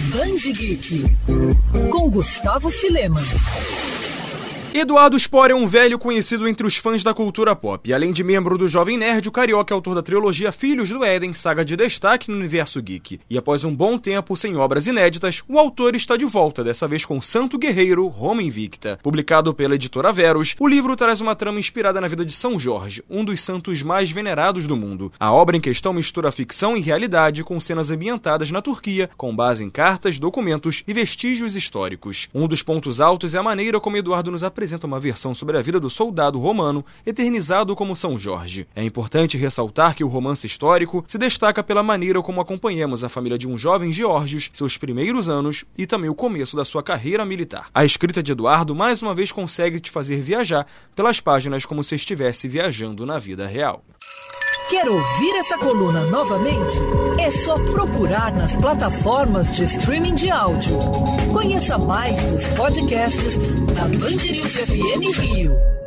Band Geek, com Gustavo Filema. Eduardo Spor é um velho conhecido entre os fãs da cultura pop. Além de membro do Jovem Nerd, o carioca é autor da trilogia Filhos do Éden, saga de destaque no universo geek. E após um bom tempo sem obras inéditas, o autor está de volta, dessa vez com Santo Guerreiro, Roma Invicta. Publicado pela editora Verus, o livro traz uma trama inspirada na vida de São Jorge, um dos santos mais venerados do mundo. A obra em questão mistura ficção e realidade, com cenas ambientadas na Turquia, com base em cartas, documentos e vestígios históricos. Um dos pontos altos é a maneira como Eduardo nos apresenta uma versão sobre a vida do soldado romano, eternizado como São Jorge. É importante ressaltar que o romance histórico se destaca pela maneira como acompanhamos a família de um jovem Geórgios, seus primeiros anos e também o começo da sua carreira militar. A escrita de Eduardo mais uma vez consegue te fazer viajar pelas páginas como se estivesse viajando na vida real. Quer ouvir essa coluna novamente? É só procurar nas plataformas de streaming de áudio. Conheça mais dos podcasts da Band News FM Rio.